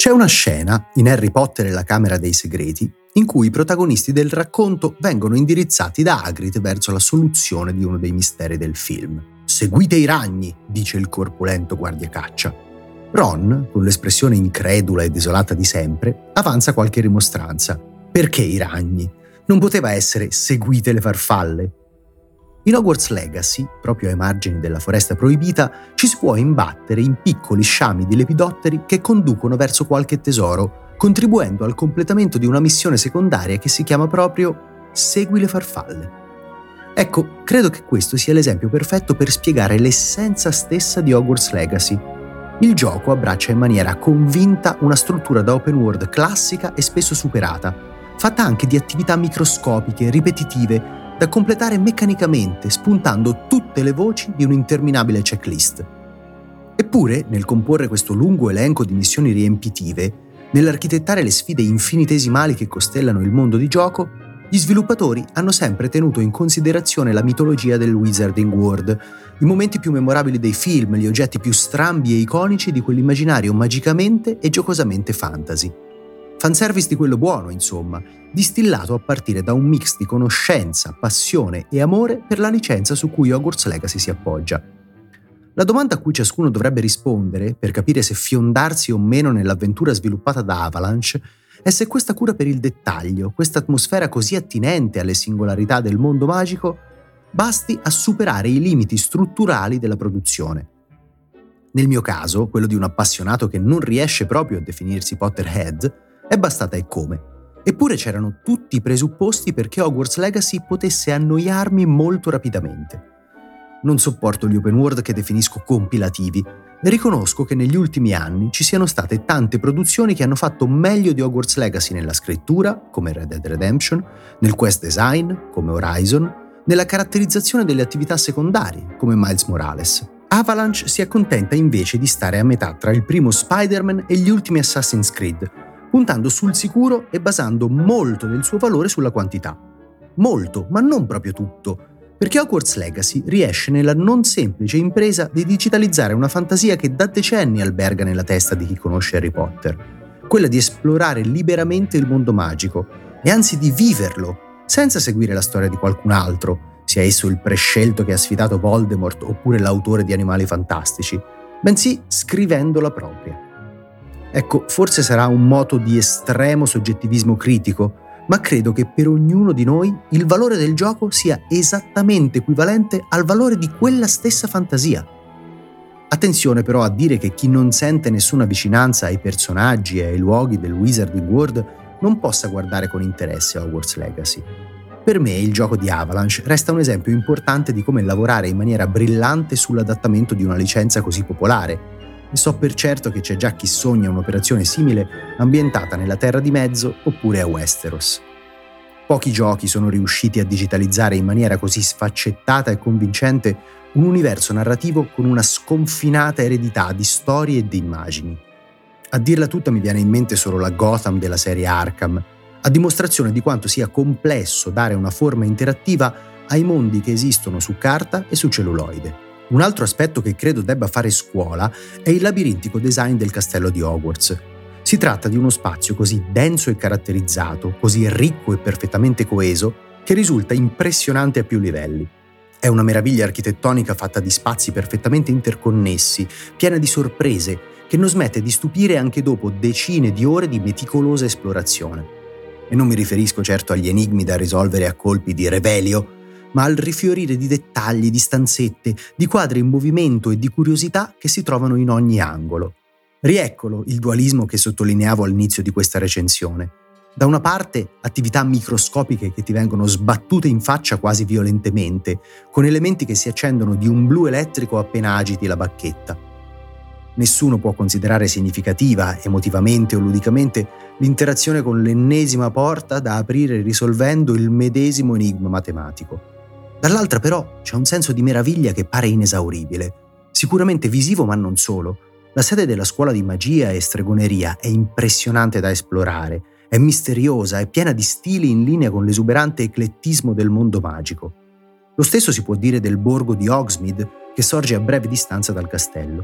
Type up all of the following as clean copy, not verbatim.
C'è una scena in Harry Potter e la Camera dei Segreti in cui i protagonisti del racconto vengono indirizzati da Hagrid verso la soluzione di uno dei misteri del film. «Seguite i ragni», dice il corpulento guardiacaccia. Ron, con l'espressione incredula e desolata di sempre, avanza qualche rimostranza. Perché i ragni? Non poteva essere «seguite le farfalle»? In Hogwarts Legacy, proprio ai margini della foresta proibita, ci si può imbattere in piccoli sciami di lepidotteri che conducono verso qualche tesoro, contribuendo al completamento di una missione secondaria che si chiama proprio «Segui le farfalle». Ecco, credo che questo sia l'esempio perfetto per spiegare l'essenza stessa di Hogwarts Legacy. Il gioco abbraccia in maniera convinta una struttura da open world classica e spesso superata, fatta anche di attività microscopiche, ripetitive, da completare meccanicamente, spuntando tutte le voci di un'interminabile checklist. Eppure, nel comporre questo lungo elenco di missioni riempitive, nell'architettare le sfide infinitesimali che costellano il mondo di gioco, gli sviluppatori hanno sempre tenuto in considerazione la mitologia del Wizarding World, i momenti più memorabili dei film, gli oggetti più strambi e iconici di quell'immaginario magicamente e giocosamente fantasy. Fanservice di quello buono, insomma, distillato a partire da un mix di conoscenza, passione e amore per la licenza su cui Hogwarts Legacy si appoggia. La domanda a cui ciascuno dovrebbe rispondere, per capire se fiondarsi o meno nell'avventura sviluppata da Avalanche, è se questa cura per il dettaglio, questa atmosfera così attinente alle singolarità del mondo magico, basti a superare i limiti strutturali della produzione. Nel mio caso, quello di un appassionato che non riesce proprio a definirsi Potterhead, è bastata e come. Eppure c'erano tutti i presupposti perché Hogwarts Legacy potesse annoiarmi molto rapidamente. Non sopporto gli open world che definisco compilativi e riconosco che negli ultimi anni ci siano state tante produzioni che hanno fatto meglio di Hogwarts Legacy nella scrittura, come Red Dead Redemption, nel quest design, come Horizon, nella caratterizzazione delle attività secondarie, come Miles Morales. Avalanche si accontenta invece di stare a metà tra il primo Spider-Man e gli ultimi Assassin's Creed, puntando sul sicuro e basando molto del suo valore sulla quantità. Molto, ma non proprio tutto, perché Hogwarts Legacy riesce nella non semplice impresa di digitalizzare una fantasia che da decenni alberga nella testa di chi conosce Harry Potter, quella di esplorare liberamente il mondo magico e anzi di viverlo, senza seguire la storia di qualcun altro, sia esso il prescelto che ha sfidato Voldemort oppure l'autore di Animali Fantastici, bensì scrivendo la propria. Ecco, forse sarà un moto di estremo soggettivismo critico, ma credo che per ognuno di noi il valore del gioco sia esattamente equivalente al valore di quella stessa fantasia. Attenzione però a dire che chi non sente nessuna vicinanza ai personaggi e ai luoghi del Wizarding World non possa guardare con interesse Hogwarts Legacy. Per me il gioco di Avalanche resta un esempio importante di come lavorare in maniera brillante sull'adattamento di una licenza così popolare, e so per certo che c'è già chi sogna un'operazione simile ambientata nella Terra di Mezzo oppure a Westeros. Pochi giochi sono riusciti a digitalizzare in maniera così sfaccettata e convincente un universo narrativo con una sconfinata eredità di storie e di immagini. A dirla tutta mi viene in mente solo la Gotham della serie Arkham, a dimostrazione di quanto sia complesso dare una forma interattiva ai mondi che esistono su carta e su celluloide. Un altro aspetto che credo debba fare scuola è il labirintico design del castello di Hogwarts. Si tratta di uno spazio così denso e caratterizzato, così ricco e perfettamente coeso, che risulta impressionante a più livelli. È una meraviglia architettonica fatta di spazi perfettamente interconnessi, piena di sorprese, che non smette di stupire anche dopo decine di ore di meticolosa esplorazione. E non mi riferisco certo agli enigmi da risolvere a colpi di revelio, ma al rifiorire di dettagli, di stanzette, di quadri in movimento e di curiosità che si trovano in ogni angolo. Rieccolo il dualismo che sottolineavo all'inizio di questa recensione. Da una parte, attività microscopiche che ti vengono sbattute in faccia quasi violentemente, con elementi che si accendono di un blu elettrico appena agiti la bacchetta. Nessuno può considerare significativa, emotivamente o ludicamente, l'interazione con l'ennesima porta da aprire risolvendo il medesimo enigma matematico. Dall'altra però c'è un senso di meraviglia che pare inesauribile, sicuramente visivo ma non solo. La sede della scuola di magia e stregoneria è impressionante da esplorare, è misteriosa, è piena di stili in linea con l'esuberante eclettismo del mondo magico. Lo stesso si può dire del borgo di Hogsmeade, che sorge a breve distanza dal castello.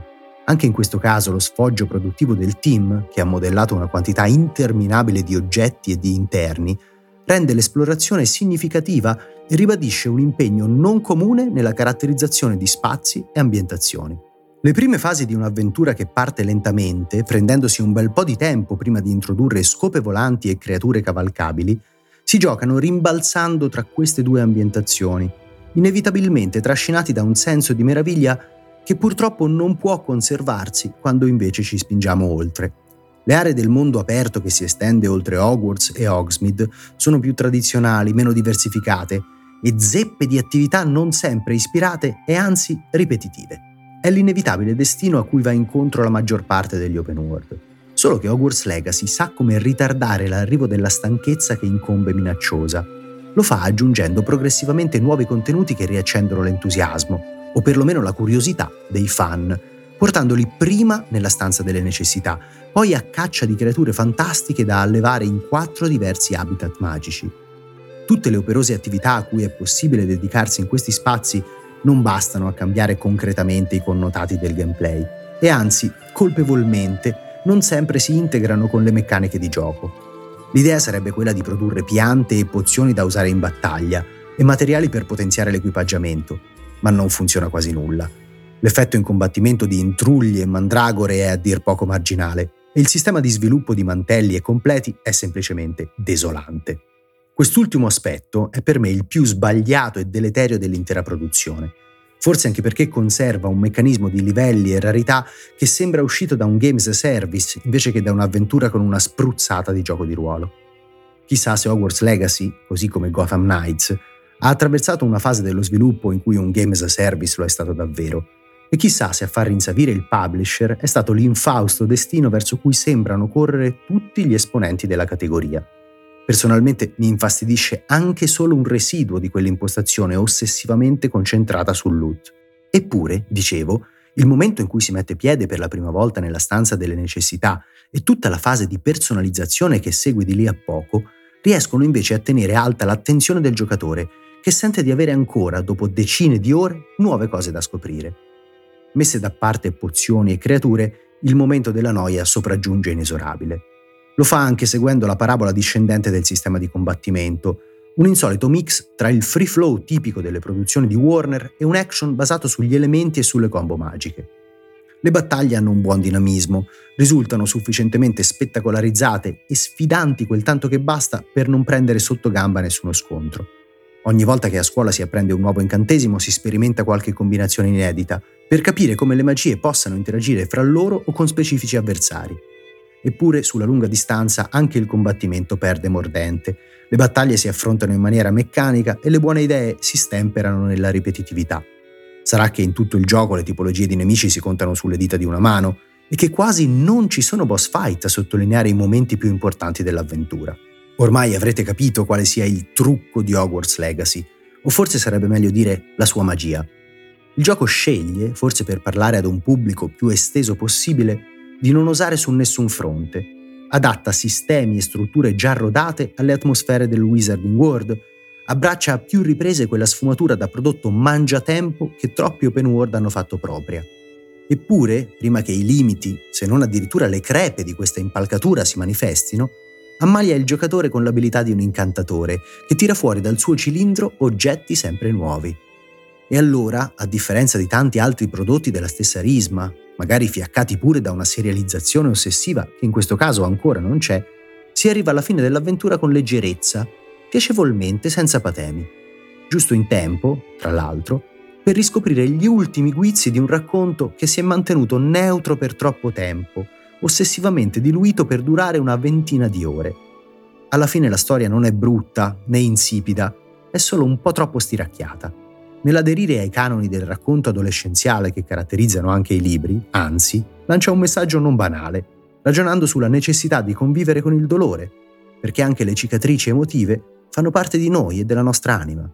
Anche in questo caso lo sfoggio produttivo del team, che ha modellato una quantità interminabile di oggetti e di interni, rende l'esplorazione significativa e ribadisce un impegno non comune nella caratterizzazione di spazi e ambientazioni. Le prime fasi di un'avventura che parte lentamente, prendendosi un bel po' di tempo prima di introdurre scope volanti e creature cavalcabili, si giocano rimbalzando tra queste due ambientazioni, inevitabilmente trascinati da un senso di meraviglia che purtroppo non può conservarsi quando invece ci spingiamo oltre. Le aree del mondo aperto che si estende oltre Hogwarts e Hogsmeade sono più tradizionali, meno diversificate e zeppe di attività non sempre ispirate e anzi ripetitive. È l'inevitabile destino a cui va incontro la maggior parte degli open world. Solo che Hogwarts Legacy sa come ritardare l'arrivo della stanchezza che incombe minacciosa. Lo fa aggiungendo progressivamente nuovi contenuti che riaccendono l'entusiasmo, o perlomeno la curiosità dei fan, portandoli prima nella stanza delle necessità, poi a caccia di creature fantastiche da allevare in 4 diversi habitat magici. Tutte le operose attività a cui è possibile dedicarsi in questi spazi non bastano a cambiare concretamente i connotati del gameplay e anzi, colpevolmente, non sempre si integrano con le meccaniche di gioco. L'idea sarebbe quella di produrre piante e pozioni da usare in battaglia e materiali per potenziare l'equipaggiamento, ma non funziona quasi nulla. L'effetto in combattimento di intrugli e mandragore è a dir poco marginale e il sistema di sviluppo di mantelli e completi è semplicemente desolante. Quest'ultimo aspetto è per me il più sbagliato e deleterio dell'intera produzione, forse anche perché conserva un meccanismo di livelli e rarità che sembra uscito da un games as a service invece che da un'avventura con una spruzzata di gioco di ruolo. Chissà se Hogwarts Legacy, così come Gotham Knights, ha attraversato una fase dello sviluppo in cui un games as a service lo è stato davvero, e chissà se a far rinsavire il publisher è stato l'infausto destino verso cui sembrano correre tutti gli esponenti della categoria. Personalmente mi infastidisce anche solo un residuo di quell'impostazione ossessivamente concentrata sul loot. Eppure, dicevo, il momento in cui si mette piede per la prima volta nella stanza delle necessità e tutta la fase di personalizzazione che segue di lì a poco riescono invece a tenere alta l'attenzione del giocatore, che sente di avere ancora, dopo decine di ore, nuove cose da scoprire. Messe da parte pozioni e creature, il momento della noia sopraggiunge inesorabile. Lo fa anche seguendo la parabola discendente del sistema di combattimento, un insolito mix tra il free flow tipico delle produzioni di Warner e un action basato sugli elementi e sulle combo magiche. Le battaglie hanno un buon dinamismo, risultano sufficientemente spettacolarizzate e sfidanti quel tanto che basta per non prendere sotto gamba nessuno scontro. Ogni volta che a scuola si apprende un nuovo incantesimo si sperimenta qualche combinazione inedita, per capire come le magie possano interagire fra loro o con specifici avversari. Eppure, sulla lunga distanza, anche il combattimento perde mordente. Le battaglie si affrontano in maniera meccanica e le buone idee si stemperano nella ripetitività. Sarà che in tutto il gioco le tipologie di nemici si contano sulle dita di una mano e che quasi non ci sono boss fight a sottolineare i momenti più importanti dell'avventura. Ormai avrete capito quale sia il trucco di Hogwarts Legacy, o forse sarebbe meglio dire la sua magia. Il gioco sceglie, forse per parlare ad un pubblico più esteso possibile, di non osare su nessun fronte. Adatta sistemi e strutture già rodate alle atmosfere del Wizarding World, abbraccia a più riprese quella sfumatura da prodotto mangiatempo che troppi open world hanno fatto propria. Eppure, prima che i limiti, se non addirittura le crepe di questa impalcatura si manifestino, ammalia il giocatore con l'abilità di un incantatore che tira fuori dal suo cilindro oggetti sempre nuovi. E allora, a differenza di tanti altri prodotti della stessa risma, magari fiaccati pure da una serializzazione ossessiva che in questo caso ancora non c'è, si arriva alla fine dell'avventura con leggerezza, piacevolmente senza patemi. Giusto in tempo, tra l'altro, per riscoprire gli ultimi guizzi di un racconto che si è mantenuto neutro per troppo tempo, ossessivamente diluito per durare una ventina di ore. Alla fine la storia non è brutta né insipida, è solo un po' troppo stiracchiata. Nell'aderire ai canoni del racconto adolescenziale che caratterizzano anche i libri, anzi, lancia un messaggio non banale, ragionando sulla necessità di convivere con il dolore, perché anche le cicatrici emotive fanno parte di noi e della nostra anima.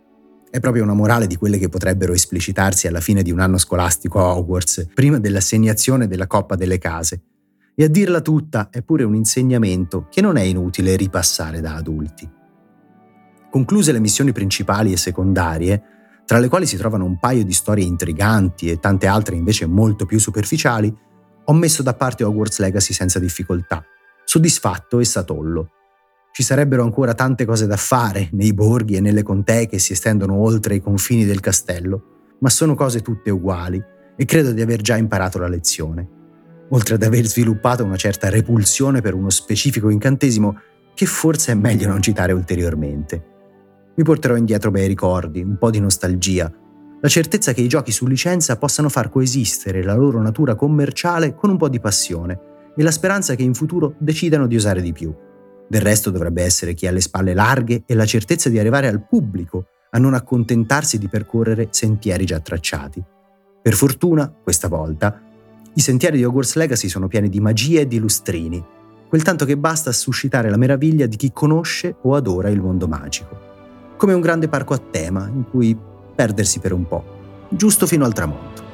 È proprio una morale di quelle che potrebbero esplicitarsi alla fine di un anno scolastico a Hogwarts, prima dell'assegnazione della Coppa delle Case. E a dirla tutta è pure un insegnamento che non è inutile ripassare da adulti. Concluse le missioni principali e secondarie, tra le quali si trovano un paio di storie intriganti e tante altre invece molto più superficiali, ho messo da parte Hogwarts Legacy senza difficoltà, soddisfatto e satollo. Ci sarebbero ancora tante cose da fare nei borghi e nelle contee che si estendono oltre i confini del castello, ma sono cose tutte uguali e credo di aver già imparato la lezione, oltre ad aver sviluppato una certa repulsione per uno specifico incantesimo che forse è meglio non citare ulteriormente. Mi porterò indietro bei ricordi, un po' di nostalgia, la certezza che i giochi su licenza possano far coesistere la loro natura commerciale con un po' di passione e la speranza che in futuro decidano di osare di più. Del resto dovrebbe essere chi ha le spalle larghe e la certezza di arrivare al pubblico, a non accontentarsi di percorrere sentieri già tracciati. Per fortuna, questa volta, i sentieri di Hogwarts Legacy sono pieni di magia e di lustrini, quel tanto che basta a suscitare la meraviglia di chi conosce o adora il mondo magico. Come un grande parco a tema in cui perdersi per un po', giusto fino al tramonto.